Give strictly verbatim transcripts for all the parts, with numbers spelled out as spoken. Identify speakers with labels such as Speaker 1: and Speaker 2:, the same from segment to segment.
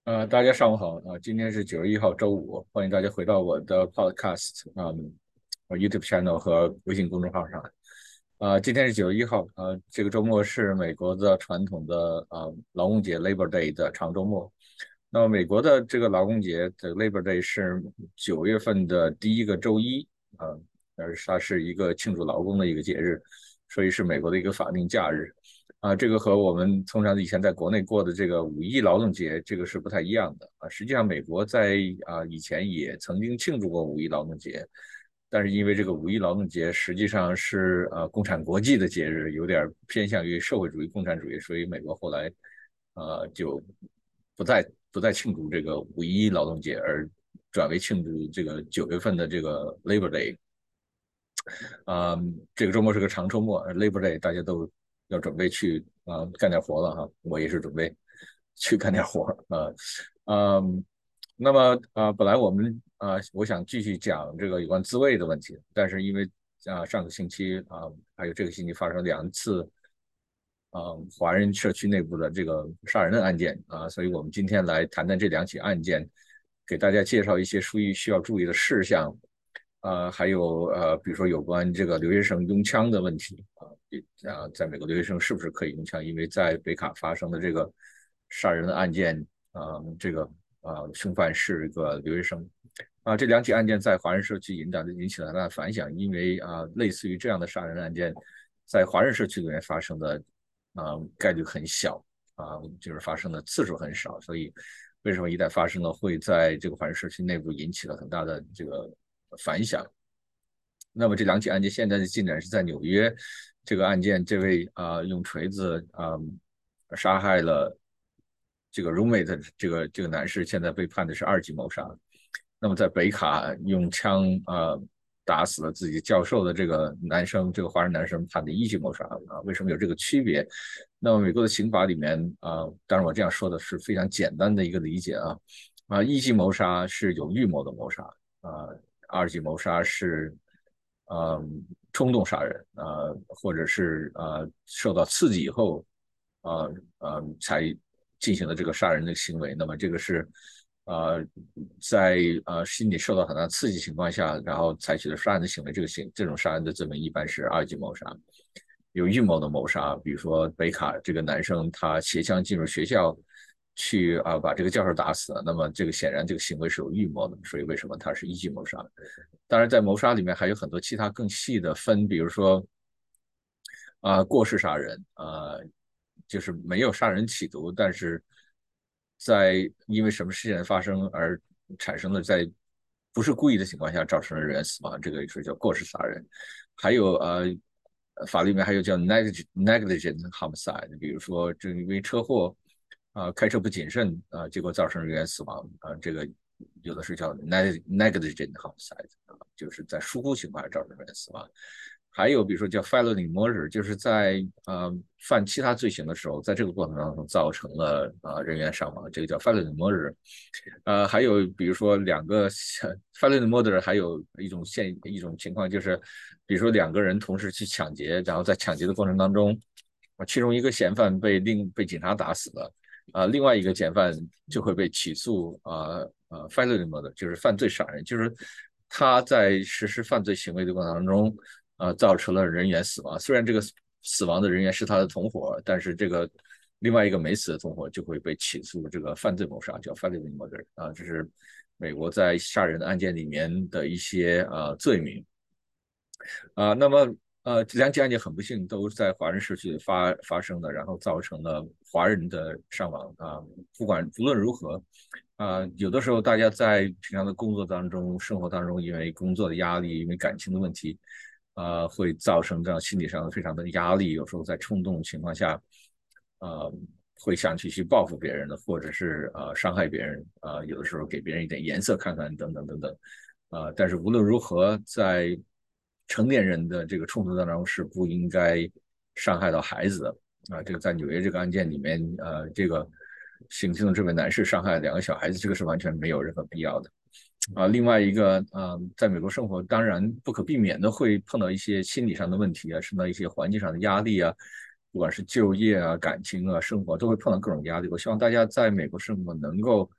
Speaker 1: 呃，大家上午好啊，今天是九月一号，周五，欢迎大家回到我的 Podcast，嗯，我 YouTube channel 和微信公众号上。啊，今天是九月一号，呃，这个周末是美国的传统的呃劳工节 Labor Day 的长周末。那么美国的这个劳工节的 Labor Day 是九月份的第一个周一，啊、而它是一个庆祝劳工的一个节日，所以是美国的一个法定假日。啊，这个和我们通常以前在国内过的这个五一劳动节，这个是不太一样的啊。实际上，美国在啊以前也曾经庆祝过五一劳动节，但是因为这个五一劳动节实际上是呃共产国际的节日，有点偏向于社会主义共产主义，所以美国后来呃就不再不再庆祝这个五一劳动节，而转为庆祝这个九月份的这个 Labor Day。啊、这个周末是个长周末，Labor Day，大家都要准备去啊、干点活了哈，我也是准备去干点活啊。嗯，那么啊、本来我们啊、我想继续讲这个有关自卫的问题，但是因为啊、上个星期啊、还有这个星期发生两次啊、华人社区内部的这个杀人的案件啊、所以我们今天来谈谈这两起案件，给大家介绍一些属于需要注意的事项。呃，还有呃，比如说有关这个留学生拥枪的问题啊，啊，在美国留学生是不是可以拥枪？因为在北卡发生的这个杀人的案件，啊，这个啊，凶犯是一个留学生啊，这两起案件在华人社区引导引起了很大的反响，因为啊，类似于这样的杀人案件，在华人社区里面发生的啊概率很小啊，就是发生的次数很少，所以为什么一旦发生了，会在这个华人社区内部引起了很大的这个反响？那么这两起案件现在的进展是在纽约，这个案件，这位啊、呃用锤子啊、呃杀害了这个 roommate 的这个这个男士，现在被判的是二级谋杀。那么在北卡用枪啊、呃打死了自己教授的这个男生，这个华人男生判的一级谋杀啊，为什么有这个区别？那么美国的刑法里面啊、呃当然我这样说的是非常简单的一个理解啊啊，一级谋杀是有预谋的谋杀啊，二级谋杀是呃冲动杀人啊，或者是呃受到刺激以后啊呃才进行的这个杀人的行为，那么这个是呃在呃心理受到很大刺激情况下，然后采取的杀人的行为，这个行这种杀人的罪名一般是二级谋杀。有预谋的谋杀，比如说北卡这个男生他携枪进入学校去啊把这个教授打死了，那么这个显然这个行为是有预谋的，所以为什么他是一级谋杀？当然在谋杀里面还有很多其他更细的分，比如说啊、过失杀人啊、就是没有杀人企图，但是在因为什么事件发生而产生的在不是故意的情况下造成了人员死亡，这个是叫过失杀人。还有呃，法律里面还有叫 negligent negligent homicide，比如说这因为车祸啊、呃开车不谨慎啊、呃结果造成人员死亡啊、呃这个有的是叫 negligent homicide 啊、就是在疏忽情况下造成人员死亡。还有比如说叫 felony murder，就是在呃犯其他罪行的时候，在这个过程当中造成了呃人员伤亡，这个叫 felony murder。呃，还有比如说两个 felony murder，还有一种现一种情况就是，比如说两个人同时去抢劫，然后在抢劫的过程当中，其中一个嫌犯被另被警察打死了，啊、呃，另外一个嫌犯就会被起诉啊呃 felony murder，就是犯罪杀人，就是他在实施犯罪行为的过程当中。啊，造成了人员死亡。虽然这个死亡的人员是他的同伙，但是这个另外一个没死的同伙就会被起诉这个犯罪谋杀，叫 felony murder 啊，这是美国在杀人案件里面的一些呃罪名啊。那么呃，这两起案件很不幸都是在华人社区发发生的，然后造成了华人的伤亡啊。不管无论如何。啊、呃有的时候大家在平常的工作当中、生活当中，因为工作的压力、因为感情的问题，呃，会造成这样心理上非常的压力。有时候在冲动情况下，呃，会想去去报复别人的，或者是呃伤害别人，啊、呃，有的时候给别人一点颜色看看，等等等等。啊、呃，但是无论如何，在成年人的这个冲突当中是不应该伤害到孩子的。啊、呃，这个在纽约这个案件里面，呃，这个行凶的这位男士伤害了两个小孩子，这个是完全没有任何必要的。啊，另外一个，呃，在美国生活，当然不可避免的会碰到一些心理上的问题啊，受到一些环境上的压力啊，不管是就业啊、感情啊、生活，都会碰到各种压力。我希望大家在美国生活能够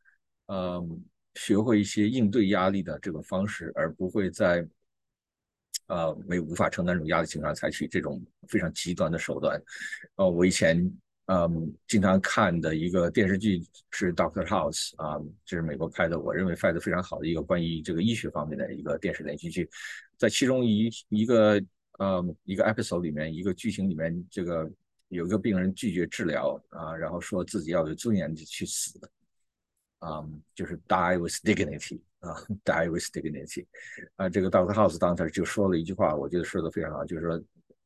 Speaker 1: 嗯，学会一些应对压力的这种方式，而不会在呃没无法承担这种压力情况下采取这种非常极端的手段。呃，我以前嗯经常看的一个电视剧是《Doctor House》啊，这是美国拍的，我认为拍的非常好的一个关于这个医学方面的一个电视连续剧。在其中一一个呃一个 episode 里面，一个剧情里面，这个有一个病人拒绝治疗啊，然后说自己要有尊严的去死。啊、um, 就是 die with dignity 啊，die with dignity 啊，这个 Doctor House 当时就说了一句话，我觉得说的非常好，就是说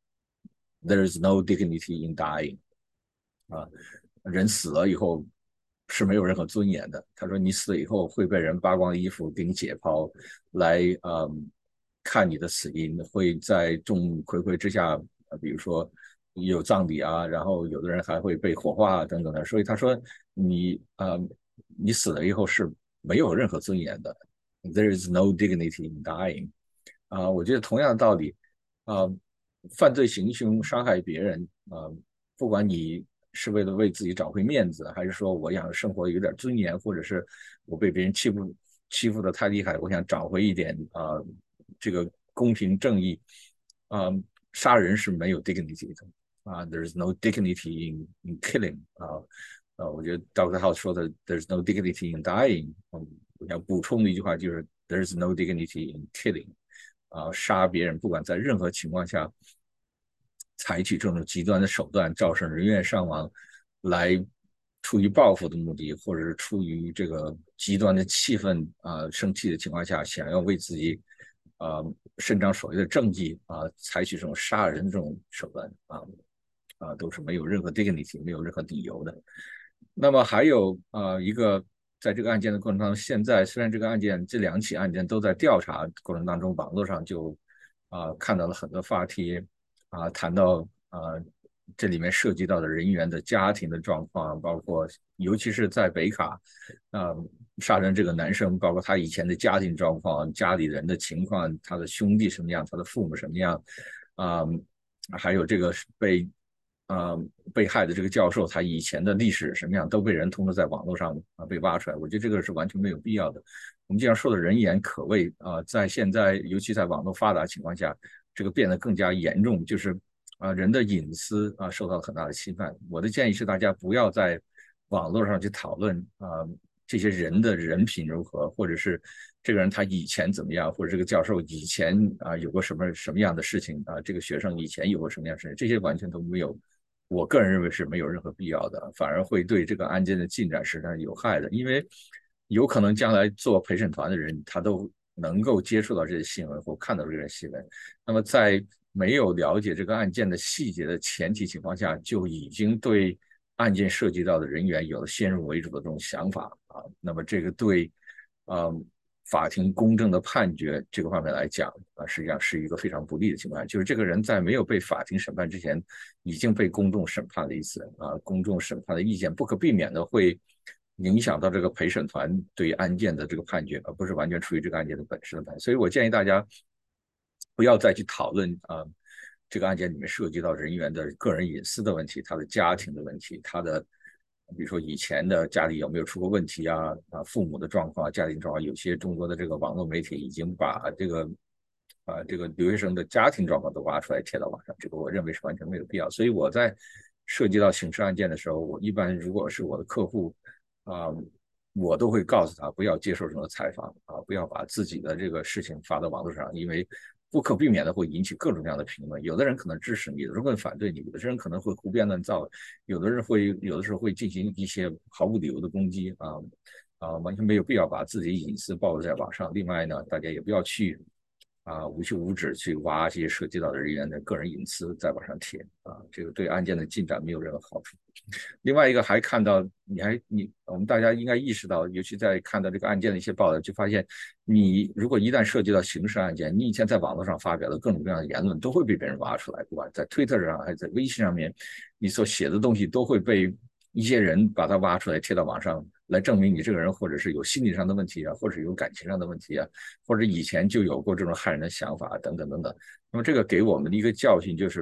Speaker 1: there is no dignity in dying 啊，人死了以后是没有任何尊严的。他说你死了以后会被人扒光衣服给你解剖，来嗯看你的死因，会在众睽睽之下，比如说有葬礼啊，然后有的人还会被火化啊等等的。所以他说你呃你死了以后是没有任何尊严的，there is no dignity in dying 啊、呃，我觉得同样的道理啊、呃，犯罪行凶伤害别人啊、呃，不管你是为了为自己找回面子，还是说我想生活有点尊严，或者是我被别人欺负欺负的太厉害，我想找回一点啊、呃、这个公平正义啊、呃，杀人是没有 dignity 的啊，there's no dignity in in killing 啊。呃，我觉得 Doctor House 说的 "There's no dignity in dying"，嗯，我想补充的一句话就是 "There's no dignity in killing"，啊、呃，杀别人不管在任何情况下采取这种极端的手段，造成人员伤亡，来出于报复的目的，或者是出于这个极端的气愤啊、呃、生气的情况下，想要为自己啊、呃、伸张所谓的政绩啊、呃，采取这种杀人的这种手段啊啊、呃，都是没有任何 dignity，没有任何理由的。那么还有呃一个，在这个案件的过程当中，现在虽然这个案件这两起案件都在调查过程当中，网络上就啊、呃、看到了很多发帖啊、呃、谈到啊、呃、这里面涉及到的人员的家庭的状况，包括尤其是在北卡啊、呃、杀人这个男生，包括他以前的家庭状况、家里人的情况，他的兄弟什么样，他的父母什么样啊、呃还有这个被啊、呃、被害的这个教授他以前的历史什么样都被人通过在网络上啊被挖出来，我觉得这个是完全没有必要的。我们经常说的人言可畏啊、呃，在现在尤其在网络发达情况下，这个变得更加严重，就是啊、呃、人的隐私啊、呃、受到很大的侵犯。我的建议是大家不要在网络上去讨论啊、呃、这些人的人品如何，或者是这个人他以前怎么样，或者这个教授以前啊、呃、有过什么什么样的事情啊、呃，这个学生以前有过什么样的事情，这些完全都没有。我个人认为是没有任何必要的，反而会对这个案件的进展实际上有害的，因为有可能将来做陪审团的人，他都能够接触到这些新闻或看到这些新闻，那么在没有了解这个案件的细节的前提情况下，就已经对案件涉及到的人员有了先入为主的这种想法啊，那么这个对，嗯。法庭公正的判决这个方面来讲啊，实际上是一个非常不利的情况，就是这个人在没有被法庭审判之前，已经被公众审判了一次啊，公众审判的意见不可避免的会影响到这个陪审团对案件的这个判决，而不是完全出于这个案件的本身的判。所以我建议大家不要再去讨论啊，这个案件里面涉及到人员的个人隐私的问题，他的家庭的问题，他的比如说以前的家里有没有出过问题啊啊，父母的状况、家庭状况，有些中国的这个网络媒体已经把这个啊这个留学生的家庭状况都挖出来贴到网上，这个我认为是完全没有必要。所以我在涉及到刑事案件的时候，我一般如果是我的客户啊，我都会告诉他不要接受这种采访啊，不要把自己的这个事情发到网络上，因为不可避免的会引起各种各样的评论。有的人可能支持你，有的人会反对你，有的人可能会胡编乱造，有的人会有的时候会进行一些毫无理由的攻击啊啊，完全没有必要把自己隐私暴露在网上。另外呢，大家也不要去啊无休无止去挖这些涉及到的人员的个人隐私在网上贴啊，这个对案件的进展没有任何好处。另外一个还看到，你还你我们大家应该意识到，尤其在看到这个案件的一些报道，就发现你如果一旦涉及到刑事案件，你以前在网络上发表的各种各样的言论都会被别人挖出来，不管在推特上还是在微信上面，你所写的东西都会被一些人把它挖出来贴到网上，来证明你这个人或者是有心理上的问题啊，或者有感情上的问题啊，或者以前就有过这种害人的想法等等等等。那么这个给我们的一个教训就是，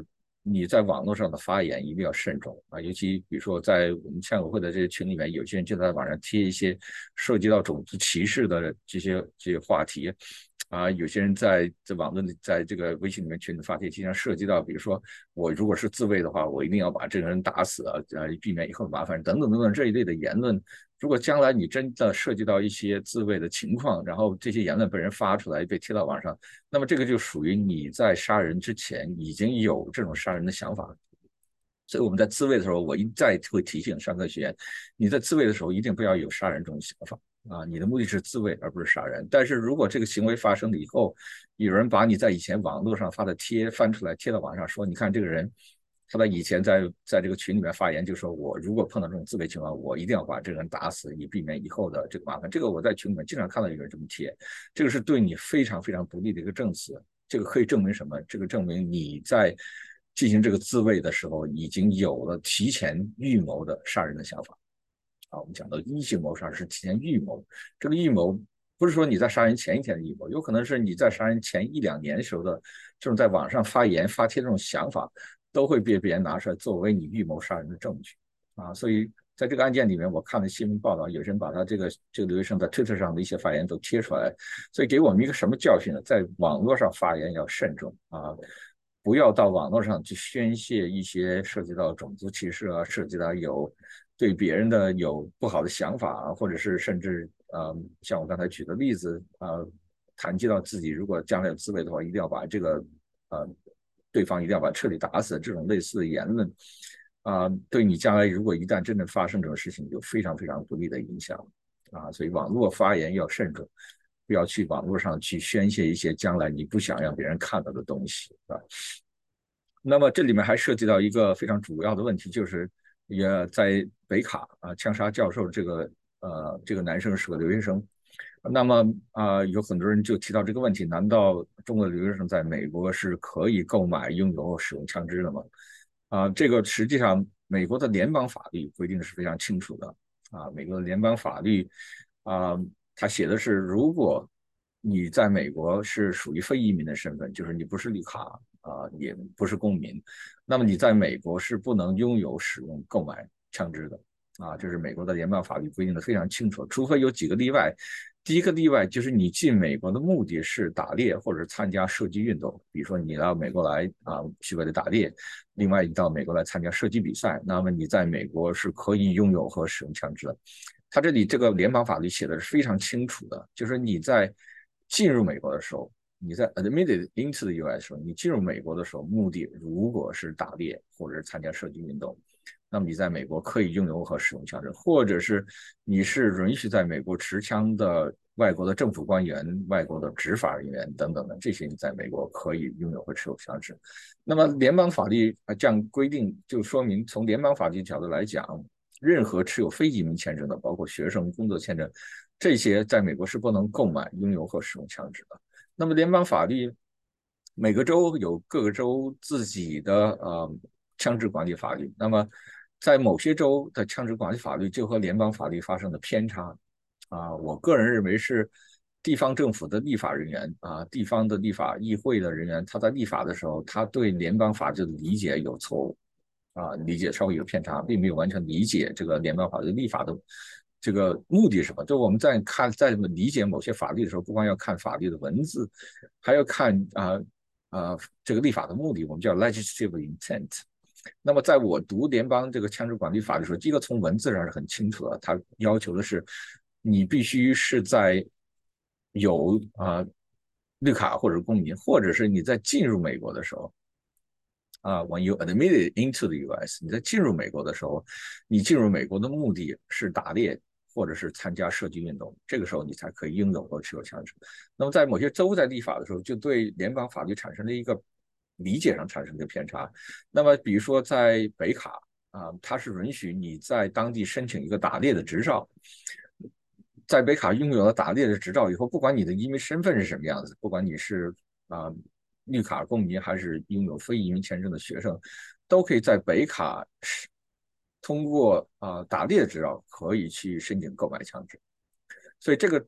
Speaker 1: 你在网络上的发言一定要慎重啊，尤其比如说在我们枪友会的这些群里面，有些人就在网上贴一些涉及到种族歧视的这些这些话题。啊，有些人在在网络在这个微信里面群里发帖，经常涉及到，比如说我如果是自卫的话，我一定要把这个人打死啊，呃，避免以后麻烦等等等等这一类的言论。如果将来你真的涉及到一些自卫的情况，然后这些言论被人发出来，被贴到网上，那么这个就属于你在杀人之前已经有这种杀人的想法。所以我们在自卫的时候，我一再会提醒上课学员，你在自卫的时候一定不要有杀人这种想法啊，你的目的是自卫而不是杀人。但是如果这个行为发生了以后，有人把你在以前网络上发的贴翻出来贴到网上，说你看这个人，他在以前在在这个群里面发言，就说我如果碰到这种自卫情况，我一定要把这个人打死，以避免以后的这个麻烦。这个我在群里面经常看到有人这么贴，这个是对你非常非常不利的一个证词。这个可以证明什么？这个证明你在进行这个自卫的时候，已经有了提前预谋的杀人的想法。啊，我们讲到一级谋杀是提前预谋，这个预谋不是说你在杀人前一天的预谋，有可能是你在杀人前一两年时候的这种在网上发言发帖这种想法，都会被别人拿出来作为你预谋杀人的证据。啊，所以在这个案件里面，我看了新闻报道，有人把他这个这个留学生在推特上的一些发言都贴出来，所以给我们一个什么教训呢？在网络上发言要慎重啊，不要到网络上去宣泄一些涉及到种族歧视啊，涉及到有对别人的有不好的想法啊，或者是甚至呃，像我刚才举的例子啊、呃，谈及到自己如果将来有自卫的话，一定要把这个呃对方一定要把彻底打死这种类似的言论啊、呃，对你将来如果一旦真的发生这种事情，有非常非常不利的影响啊，所以网络发言要慎重。不要去网络上去宣泄一些将来你不想让别人看到的东西啊。那么这里面还涉及到一个非常主要的问题，就是也在北卡啊枪杀教授这个呃这个男生是个留学生，那么啊、呃、有很多人就提到这个问题，难道中国的留学生在美国是可以购买、拥有、使用枪支的吗？啊、呃，这个实际上美国的联邦法律规定的是非常清楚的啊，美国的联邦法律啊、呃，它写的是，如果你在美国是属于非移民的身份，就是你不是绿卡啊、呃，也不是公民，那么你在美国是不能拥有、使用、购买枪支的啊，这是美国的联邦法律规定的非常清楚，除非有几个例外。第一个例外就是你进美国的目的是打猎或者参加射击运动，比如说你到美国来啊，是为了打猎，另外你到美国来参加射击比赛，那么你在美国是可以拥有和使用枪支的。他这里这个联邦法律写的是非常清楚的，就是你在进入美国的时候，你在 admitted into the U S 时候，你进入美国的时候，目的如果是打猎或者是参加射击运动，那么你在美国可以拥有和使用枪支，或者是你是允许在美国持枪的外国的政府官员、外国的执法人员等等的，这些你在美国可以拥有和持有枪支。那么联邦法律这样规定，就说明从联邦法律角度来讲，任何持有非移民签证的，包括学生、工作签证，这些在美国是不能购买、拥有和使用枪支的。那么联邦法律每个州有各个州自己的呃枪支管理法律，那么在某些州的枪支管理法律就和联邦法律发生了偏差啊，我个人认为是地方政府的立法人员啊，地方的立法议会的人员，他在立法的时候，他对联邦法律的理解有错误啊，理解稍微有偏差，并没有完全理解这个联邦法律立法的这个目的是什么。就我们在看在理解某些法律的时候，不光要看法律的文字，还要看啊啊、呃、这个立法的目的，我们叫 legislative intent。那么在我读联邦这个枪支管理法的时候，第一个从文字上是很清楚的，它要求的是你必须是在有啊、呃、绿卡或者公民，或者是你在进入美国的时候。啊，when you admitted into the U S， 你在进入美国的时候，你进入美国的目的是打猎或者是参加射击运动，这个时候你才可以拥有和持有枪支。那么在某些州在立法的时候，就对联邦法律产生了一个理解上产生了偏差。那么比如说在北卡啊，它是允许你在当地申请一个打猎的执照。在北卡拥有了打猎的执照以后，不管你的移民身份是什么样子，不管你是啊、呃、绿卡公民还是拥有非移民签证的学生，都可以在北卡通过啊、呃、打猎执照可以去申请购买枪支。所以这个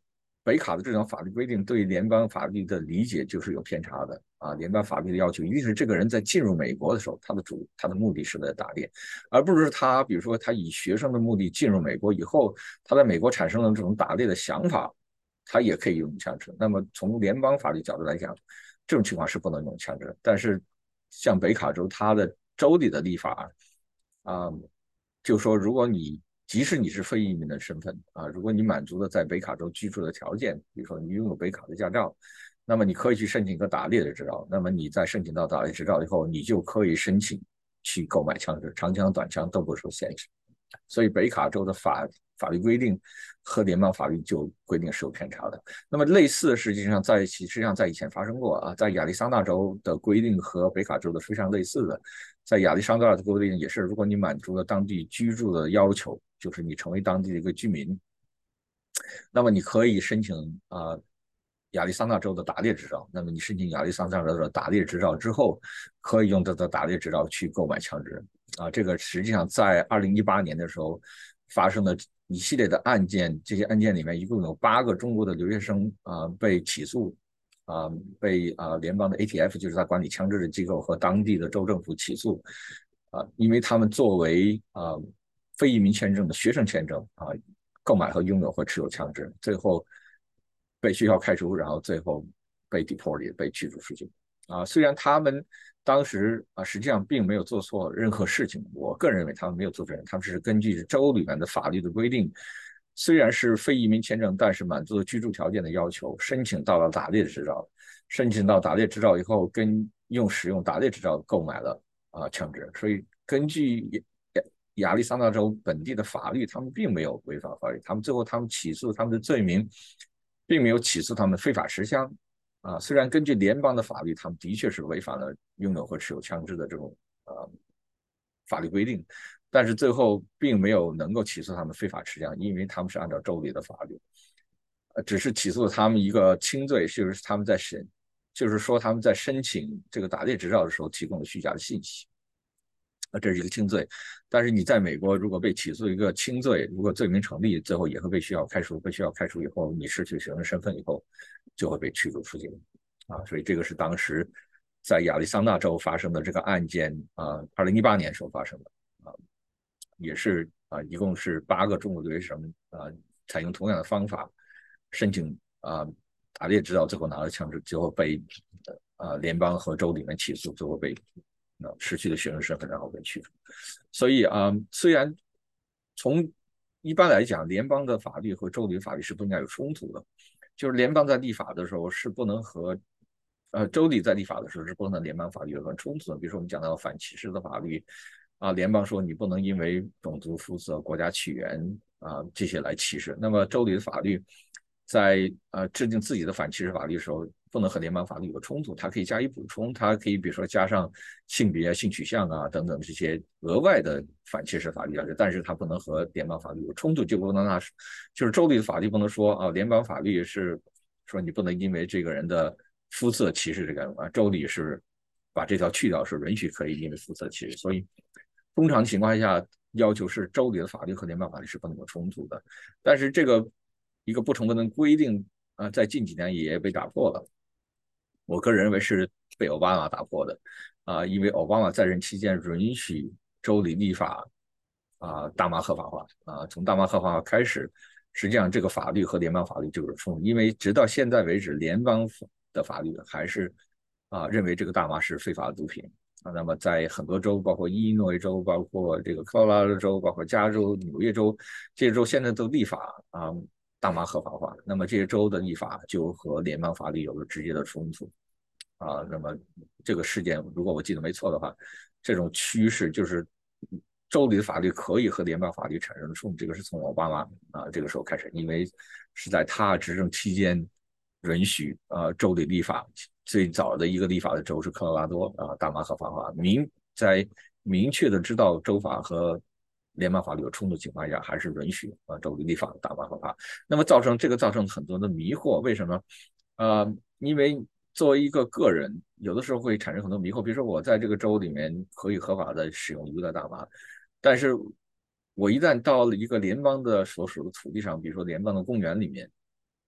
Speaker 1: 北卡的这种法律规定对联邦法律的理解就是有偏差的啊。联邦法律的要求一定是这个人在进入美国的时候，他的主他的目的是为了打猎，而不是他比如说他以学生的目的进入美国以后，他在美国产生了这种打猎的想法，他也可以用枪支。那么从联邦法律角度来讲，这种情况是不能用枪支。但是像北卡州，它的州里的立法啊、嗯，就说如果你即使你是非移民的身份啊，如果你满足了在北卡州居住的条件，比如说你拥有北卡的驾照，那么你可以去申请一个打猎的执照。那么你在申请到打猎执照以后，你就可以申请去购买枪支，长枪、短枪都不受限制。所以北卡州的法法律规定和联邦法律就规定是有偏差的。那么类似的实际上在实际上在以前发生过啊，在亚利桑那州的规定和北卡州的非常类似的。在亚利桑那的规定也是，如果你满足了当地居住的要求，就是你成为当地的一个居民，那么你可以申请啊、呃、亚利桑那州的打猎执照。那么你申请亚利桑那州的打猎执照之后，可以用这个打猎执照去购买枪支啊。这个实际上在二零一八年的时候发生了一系列的案件，这些案件里面一共有八个中国的留学生啊、呃、被起诉。啊、呃，被啊、呃、联邦的 A T F 就是他管理枪支的机构和当地的州政府起诉，啊、呃，因为他们作为啊、呃、非移民签证的学生签证啊、呃，购买和拥有和持有枪支，最后被学校开除，然后最后被 deported 被驱逐出境。啊、呃，虽然他们当时啊、呃、实际上并没有做错任何事情，我个人认为他们没有做错，他们是根据州里面的法律的规定。虽然是非移民签证，但是满足了居住条件的要求，申请到了打猎执照，申请到打猎执照以后，跟用使用打猎执照购买了啊、呃、枪支，所以根据亚亚利桑那州本地的法律，他们并没有违反法律，他们最后他们起诉他们的罪名，并没有起诉他们非法持枪啊。虽然根据联邦的法律，他们的确是违反了拥有和持有枪支的这种呃法律规定，但是最后并没有能够起诉他们非法持枪，因为他们是按照州里的法律，呃，只是起诉了他们一个轻罪，就是他们在审，就是说他们在申请这个打猎执照的时候提供了虚假的信息，啊，这是一个轻罪。但是你在美国如果被起诉一个轻罪，如果罪名成立，最后也会被学校开除，被学校开除以后，你失去学生身份以后，就会被驱逐出境，啊，所以这个是当时在亚利桑那州发生的这个案件啊，二零一八年时候发生的啊，也是啊，一共是八个中国留学生啊，采用同样的方法申请啊打猎执照，最后拿了枪支，最后被啊联邦和州里面起诉，最后被啊失去了学生身份，然后被驱逐。所以啊，虽然从一般来讲，联邦的法律和州里的法律是不应该有冲突的，就是联邦在立法的时候是不能和呃州里在立法的时候是不能和联邦法律有关冲突的。比如说我们讲到反歧视的法律啊，联邦说你不能因为种族、肤色、国家起源啊这些来歧视，那么州里的法律在呃制定自己的反歧视法律的时候，不能和联邦法律有冲突，它可以加以补充，它可以比如说加上性别、性取向啊等等这些额外的反歧视法律要求，但是它不能和联邦法律有冲突，就不能拿就是州里的法律不能说啊，联邦法律是说你不能因为这个人的肤色歧视这个人啊，州里是把这条去掉，是允许可以因为肤色歧视，所以通常情况下要求是州里的法律和联邦法律是不能有冲突的，但是这个一个不成文的规定啊、呃，在近几年也被打破了。我个人认为是被奥巴马打破的啊、呃，因为奥巴马在任期间允许州里立法啊、呃、大麻合法化啊、呃，从大麻合法化开始，实际上这个法律和联邦法律就是冲突，因为直到现在为止，联邦的法律还是啊、呃、认为这个大麻是非法的毒品啊。那么在很多州，包括伊利诺伊州、包括这个科罗拉多州、包括加州、纽约州，这些州现在都立法啊。大麻合法化，那么这些州的立法就和联邦法律有了直接的冲突啊。那么这个事件，如果我记得没错的话，这种趋势就是州里的法律可以和联邦法律产生冲突，这个是从奥巴马啊这个时候开始，因为是在他执政期间允许啊州里立法，最早的一个立法的州是科罗拉多啊，大麻合法化，明在明确的知道州法和联邦法律有冲突情况下，还是允许啊州里立法大麻合法。那么造成这个造成很多的迷惑，为什么？呃，因为作为一个个人，有的时候会产生很多迷惑。比如说，我在这个州里面可以合法的使用娱乐大麻，但是我一旦到了一个联邦的所属的土地上，比如说联邦的公园里面，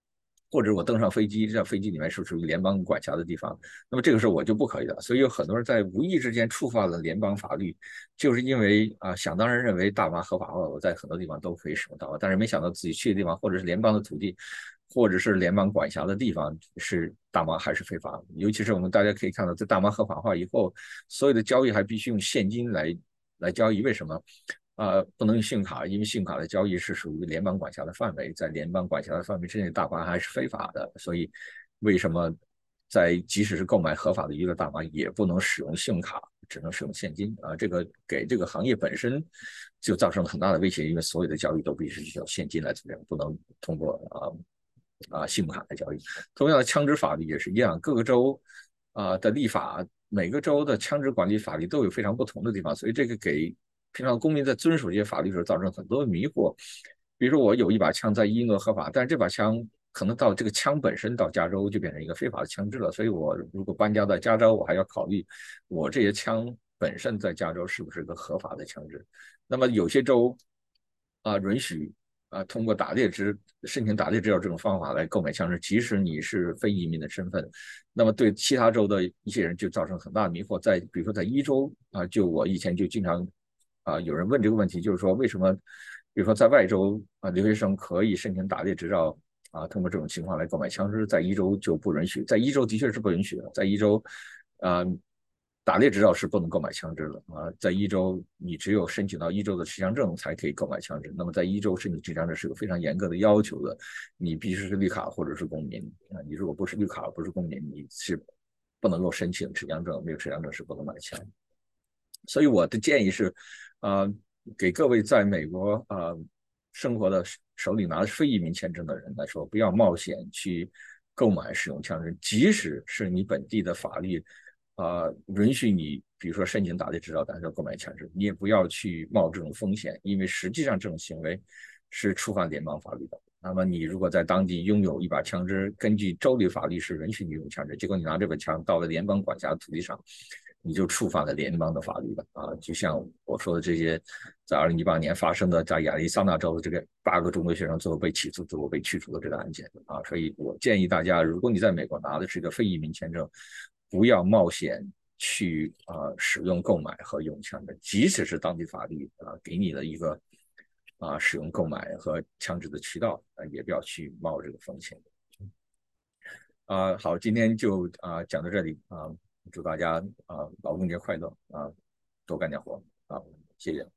Speaker 1: 或者我登上飞机，这飞机里面是属于联邦管辖的地方，那么这个时候我就不可以了。所以有很多人在无意之间触犯了联邦法律，就是因为啊、呃、想当然认为大麻合法化，我在很多地方都可以使用大麻，但是没想到自己去的地方或者是联邦的土地，或者是联邦管辖的地方是大麻还是非法的。尤其是我们大家可以看到，在大麻合法化以后，所有的交易还必须用现金来来交易，为什么？呃，不能用信用卡，因为信用卡的交易是属于联邦管辖的范围，在联邦管辖的范围之内，大麻还是非法的。所以，为什么在即使是购买合法的娱乐大麻，也不能使用信用卡，只能使用现金啊？这个给这个行业本身就造成了很大的威胁，因为所有的交易都必须需要现金来进行，不能通过啊啊信用卡来交易。同样的，枪支法律也是一样，各个州啊的立法，每个州的枪支管理法律都有非常不同的地方，所以这个给平常公民在遵守这些法律的时候造成很多的迷惑。比如说，我有一把枪在伊诺合法，但是这把枪可能到这个枪本身到加州就变成一个非法的枪支了。所以我如果搬家到加州，我还要考虑我这些枪本身在加州是不是个合法的枪支。那么有些州啊允许啊通过打猎执申请打猎执照这种方法来购买枪支，即使你是非移民的身份，那么对其他州的一些人就造成很大的迷惑。在比如说在一州啊，就我以前就经常啊有人问这个问题，就是说为什么，比如说在外州啊留学生可以申请打猎执照啊，通过这种情况来购买枪支，在一州就不允许，在一州的确是不允许的，在一州啊。打猎执照是不能购买枪支的啊，在一州你只有申请到一州的持枪证才可以购买枪支。那么在一州申请持枪证是有非常严格的要求的，你必须是绿卡或者是公民啊，你如果不是绿卡不是公民，你是不能够申请持枪证，没有持枪证是不能买枪。所以我的建议是，呃，给各位在美国呃生活的手里拿着非移民签证的人来说，不要冒险去购买使用枪支，即使是你本地的法律啊、呃、允许你，比如说申请打猎执照，但是要购买枪支，你也不要去冒这种风险，因为实际上这种行为是触犯联邦法律的。那么你如果在当地拥有一把枪支，根据州里法律是允许你用枪支，结果你拿这把枪到了联邦管辖的土地上，你就触犯了联邦的法律了啊！就像我说的这些，在二零一八年发生的在亚利桑那州的这个八个中国学生最后被起诉、最后被驱逐的这个案件啊，所以我建议大家，如果你在美国拿的是一个非移民签证，不要冒险去啊、呃、使用、购买和用枪支，即使是当地法律啊、呃、给你的一个啊、呃、使用、购买和枪支的渠道啊、呃，也不要去冒这个风险。啊、呃，好，今天就啊、呃、讲到这里啊、呃，祝大家啊、呃、劳动节快乐啊、呃，多干点活啊，谢谢。